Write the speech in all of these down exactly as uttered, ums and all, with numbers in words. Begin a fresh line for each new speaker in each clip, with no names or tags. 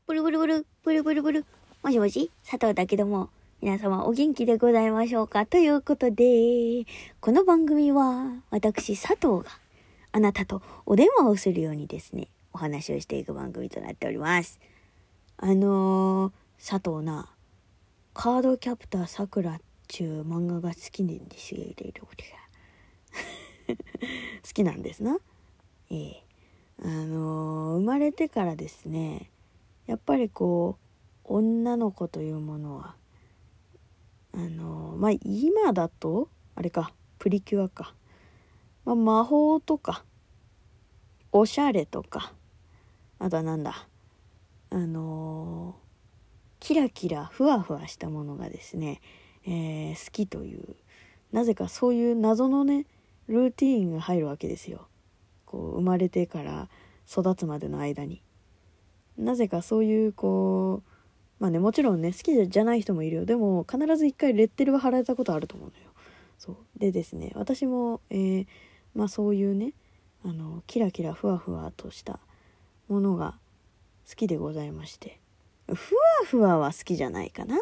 ブルブルブル、ブルブルブル。もしもし、佐藤だけども、皆様お元気でございましょうか。ということで、この番組は、私佐藤があなたとお電話をするようにですね、お話をしていく番組となっております。あのー、佐藤な、カードキャプターさくらっちゅう漫画が好きなんですよ。好きなんですな。ええ。あのー、生まれてからですね、やっぱりこう女の子というものはあのー、まあ今だとあれかプリキュアか、まあ、魔法とかおしゃれとか、あとはなんだあのー、キラキラふわふわしたものがですね、えー、好きという、なぜかそういう謎のねルーティーンが入るわけですよ。こう生まれてから育つまでの間になぜかそういうこうまあねもちろんね好きじゃない人もいるよ。でも必ず一回レッテルは貼られたことあると思うのよ。そうでですね、私も、えー、まあそういうねあのキラキラふわふわとしたものが好きでございまして、ふわふわは好きじゃないかな好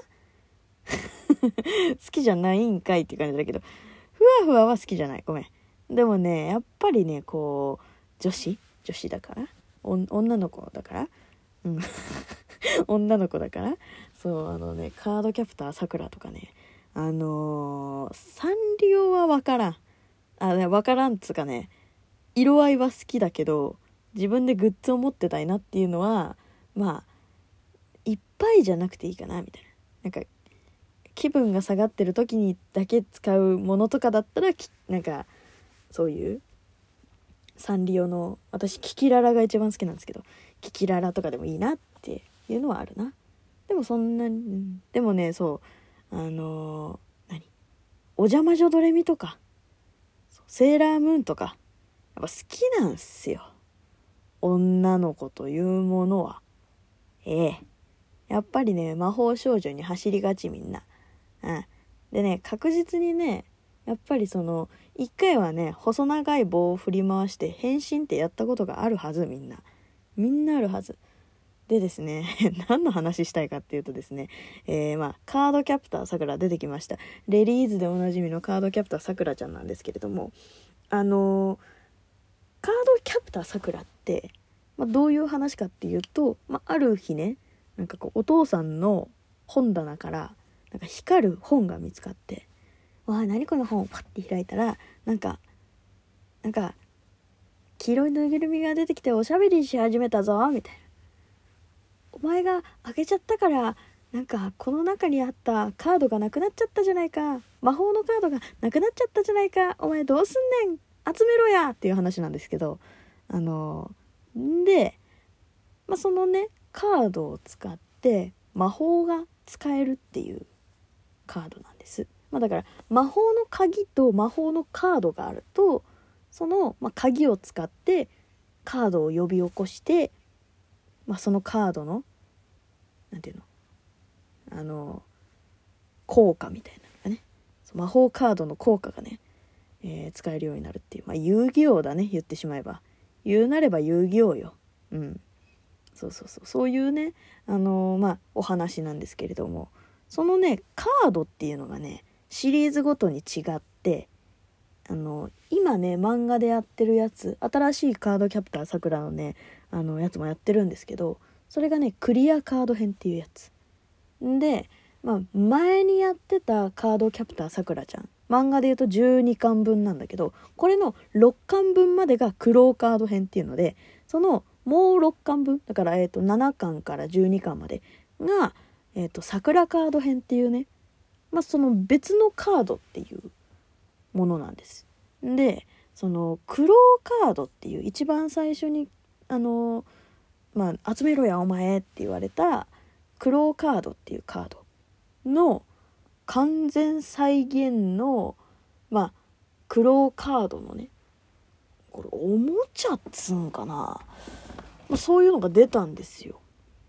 きじゃないんかいって感じだけど、ふわふわは好きじゃない。ごめん。でもねやっぱりねこう女子女子だからお女の子だからうん女の子だからそうあのねカードキャプターさくらとかねあのー、サンリオは分からんあ分からんっつうかね色合いは好きだけど自分でグッズを持ってたいなっていうのはまあいっぱいじゃなくていいかなみたいな、なんか気分が下がってる時にだけ使うものとかだったらきなんかそういうサンリオの私キキララが一番好きなんですけどキキララとかでもいいなっていうのはあるな。でもそんなに、うん、でもねそうあのー、何お邪魔女ドレミとかセーラームーンとかやっぱ好きなんすよ女の子というものは。ええやっぱりね魔法少女に走りがちみんな。うんでね確実にねやっぱりその一回はね細長い棒を振り回して変身ってやったことがあるはず。みんなみんなあるはずでですね何の話したいかっていうとですね、えー、まあカードキャプターさくら出てきました。レリーズでおなじみのカードキャプターさくらちゃんなんですけれども、あのー、カードキャプターさくらって、まあ、どういう話かっていうと、まあ、ある日ねなんかこうお父さんの本棚からなんか光る本が見つかって、わあ何この本をパッて開いたらなんかなんか黄色いぬいぐるみが出てきておしゃべりし始めたぞみたいな。お前が開けちゃったからなんかこの中にあったカードがなくなっちゃったじゃないか、魔法のカードがなくなっちゃったじゃないか、お前どうすんねん集めろやっていう話なんですけど、あので、まあ、そのねカードを使って魔法が使えるっていうカードなんです。まあ、だから魔法の鍵と魔法のカードがあるとその、まあ、鍵を使ってカードを呼び起こして、まあ、そのカードのなんていうのあの効果みたいなのがね魔法カードの効果がね、えー、使えるようになるっていう、まあ、遊戯王だね言ってしまえば。言うなれば遊戯王よ。うんそうそうそうそういうねあのー、まあお話なんですけれども、そのねカードっていうのがねシリーズごとに違って、あの今ね漫画でやってるやつ新しいカードキャプターさくらのねあのやつもやってるんですけど、それがねクリアカード編っていうやつで、まあ、前にやってたカードキャプターさくらちゃん漫画でいうとじゅうにかんぶんなんだけど、これのろっかんぶんまでがクローカード編っていうので、そのもうろっかんぶんだから、えー、とななかんからじゅうにかんまでが、えー、と桜カード編っていうね、まあ、その別のカードっていうものなんです。でそのクローカードっていう一番最初にあのまあ集めろやお前って言われたクローカードっていうカードの完全再現のまあクローカードのねこれおもちゃっつうんかな、まあ、そういうのが出たんですよ。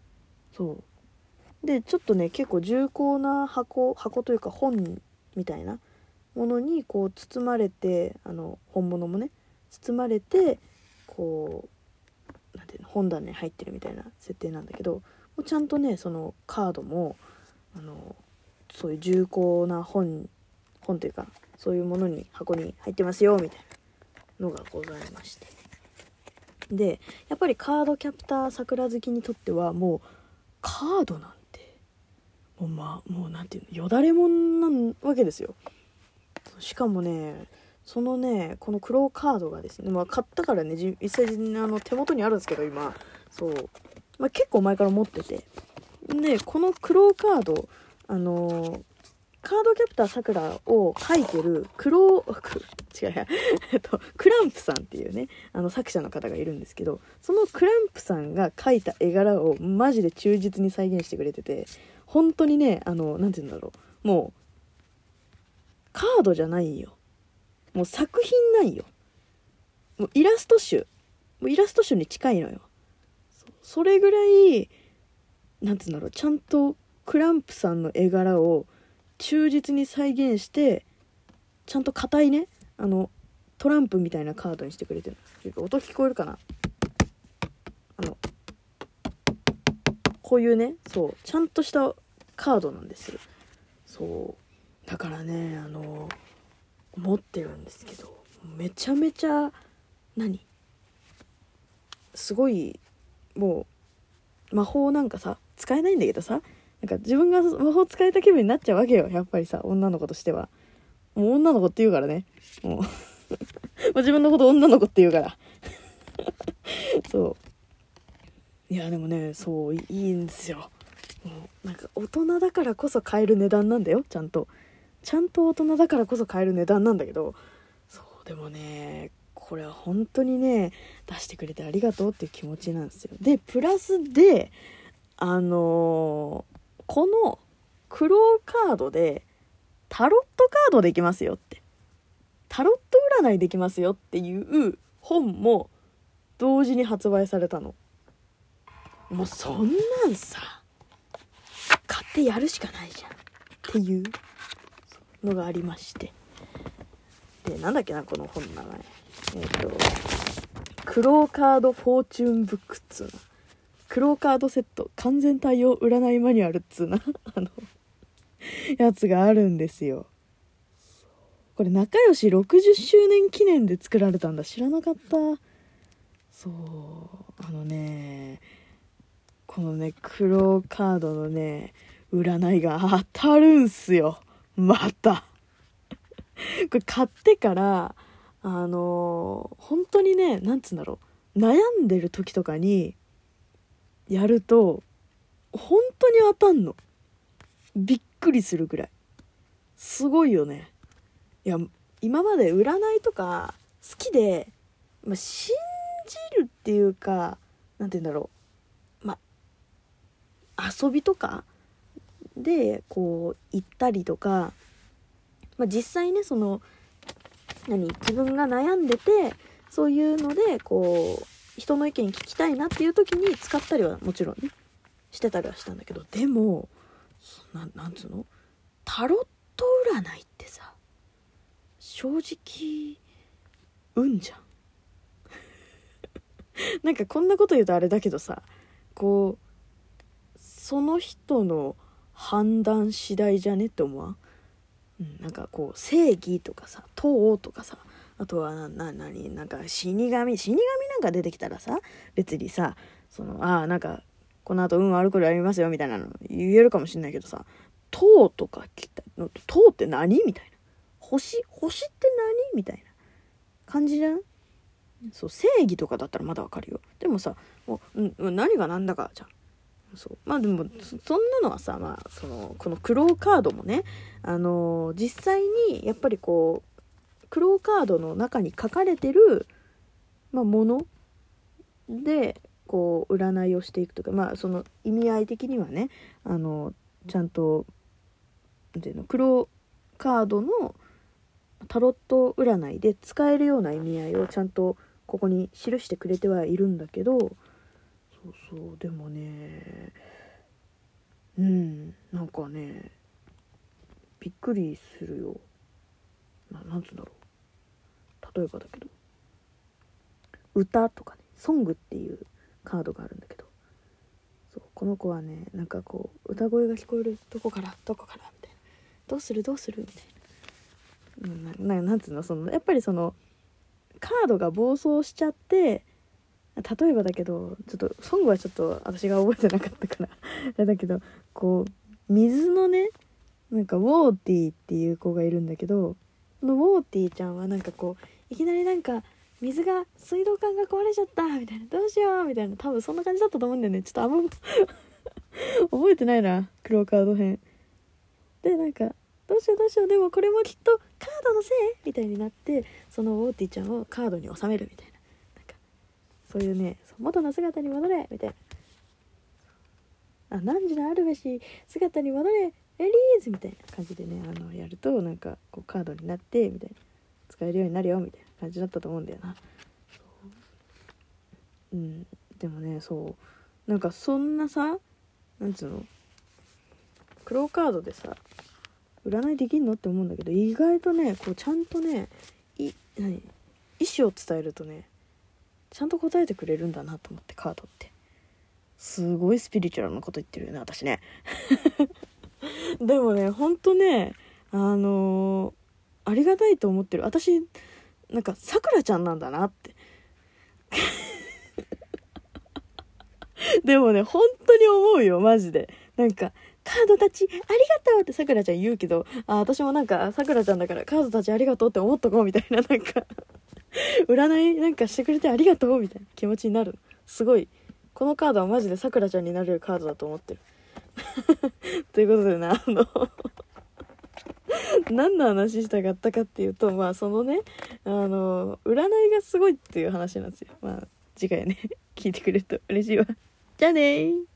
そうでちょっとね結構重厚な箱箱というか本みたいなものにこう包まれて、あの本物もね包まれてこうなんていうの、本棚に入ってるみたいな設定なんだけど、もうちゃんとねそのカードもあのそういう重厚な本本というかそういうものに箱に入ってますよみたいなのがございまして、でやっぱりカードキャプター桜好きにとってはもうカードなんてもうまあもうなんていうの、よだれもんなわけですよ。しかもねそのねこのクローカードがですね、まあ買ったからね実際にあの手元にあるんですけど今そう、まあ、結構前から持ってて、でこのクローカードあのーカードキャプターさくらを書いてるクロー違うやえっとクランプさんっていうねあの作者の方がいるんですけど、そのクランプさんが描いた絵柄をマジで忠実に再現してくれてて、本当にねあのなんて言うんだろう、もうカードじゃないよ、もう作品なんよ、もうイラスト集、もうイラスト集に近いのよ。 そ, それぐらいなんて言うんだろう、ちゃんとクランプさんの絵柄を忠実に再現して、ちゃんと硬いねあのトランプみたいなカードにしてくれてる。音聞こえるかな、あのこういうねそうちゃんとしたカードなんですよ。そうだからねあの持ってるんですけど、めちゃめちゃ何すごい、もう魔法なんかさ使えないんだけどさ、なんか自分が魔法使えた気分になっちゃうわけよ、やっぱりさ女の子としては。もう女の子って言うからね、もう自分のこと女の子って言うからそういやでもねそういいんですよ。もうなんか大人だからこそ買える値段なんだよ、ちゃんとちゃんと大人だからこそ買える値段なんだけど、そうでもねこれは本当にね出してくれてありがとうっていう気持ちなんですよ。でプラスであのー、このクローカードでタロットカードできますよって、タロット占いできますよっていう本も同時に発売されたの。もうそんなんさ買ってやるしかないじゃんっていうのがありまして、でなんだっけなこの本の名前、えっとクローカードフォーチュンブックっつうな、クローカードセット完全対応占いマニュアルっつうなあのやつがあるんですよ。これ仲良しろくじゅっしゅうねん記念で作られたんだ、知らなかった。そうあのねこのねクローカードのね占いが当たるんすよまたこれ買ってからあのー、本当にねなんつうんだろう、悩んでる時とかにやると本当に当たんの、びっくりするぐらいすごいよね。いや今まで占いとか好きで、まあ、信じるっていうかなんて言うんだろう、まあ遊びとかでこう行ったりとか、まあ、実際ねその何自分が悩んでてそういうのでこう人の意見聞きたいなっていう時に使ったりはもちろんねしてたりはしたんだけど、でもな、なんつうのタロット占いってさ正直運じゃんなんかこんなこと言うとあれだけどさ、こうその人の判断次第じゃねって思わん？うん、なんかこう正義とかさ党とかさ、あとはなな何なんか死神死神なんか出てきたらさ別にさそのああなんかこの後運悪くなりますよみたいなの言えるかもしれないけどさ、党とか来たの党って何みたいな、星星って何みたいな感じじゃん。そう正義とかだったらまだわかるよ。でもさもう、うん、何が何だかじゃん。そうまあでも そ, そんなのはさ、まあ、そのこのクローカードもね、あのー、実際にやっぱりこうクローカードの中に書かれてる、まあ、ものでこう占いをしていくとか、まあその意味合い的にはねあのちゃんとなんていうのクローカードのタロット占いで使えるような意味合いをちゃんとここに記してくれてはいるんだけど、そうそうでもねうんなんかねびっくりするよ。 な, なんつうんだろう、例えばだけど歌とかねソングっていうカードがあるんだけど、そうこの子はねなんかこう歌声が聞こえる、どこからどこからみたいな、どうするどうするみたいな、うん、な, ななんつうの、そのやっぱりそのカードが暴走しちゃって、例えばだけどちょっとソングはちょっと私が覚えてなかったからあれだけど、こう水のねなんかウォーティーっていう子がいるんだけど、このウォーティーちゃんはなんかこういきなりなんか水が水道管が壊れちゃったみたいな、どうしようみたいな、多分そんな感じだったと思うんだよね。ちょっとあんま覚えてないな、クローカード編で。なんかどうしようどうしよう、でもこれもきっとカードのせいみたいになって、そのウォーティーちゃんをカードに収めるみたいな、なんかそういうね、元の姿に戻れみたいな、あ何時のあるべし姿に戻れエリーズみたいな感じでね、あのやるとなんかこうカードになってみたいな、使えるようになるよみたいな感じだったと思うんだよな。うん、でもね、そうなんかそんなさ、なんつうの、クローカードでさ占いできんのって思うんだけど、意外とねこうちゃんとねい何意思を伝えるとねちゃんと答えてくれるんだなと思って、カードってすごいスピリチュアルなこと言ってるよね私ねでもねほんとねあのー、ありがたいと思ってる。私なんかさくらちゃんなんだなってでもね本当に思うよマジで。なんかカードたちありがとうってさくらちゃん言うけど、あ私もなんかさくらちゃんだからカードたちありがとうって思っとこうみたいな、なんか占いなんかしてくれてありがとうみたいな気持ちになる。すごいこのカードはマジでさくらちゃんになれるカードだと思ってるということでね、あの何の話したかったかっていうと、まあそのねあの占いがすごいっていう話なんですよ。まあ次回ね聞いてくれると嬉しいわ。じゃあねー。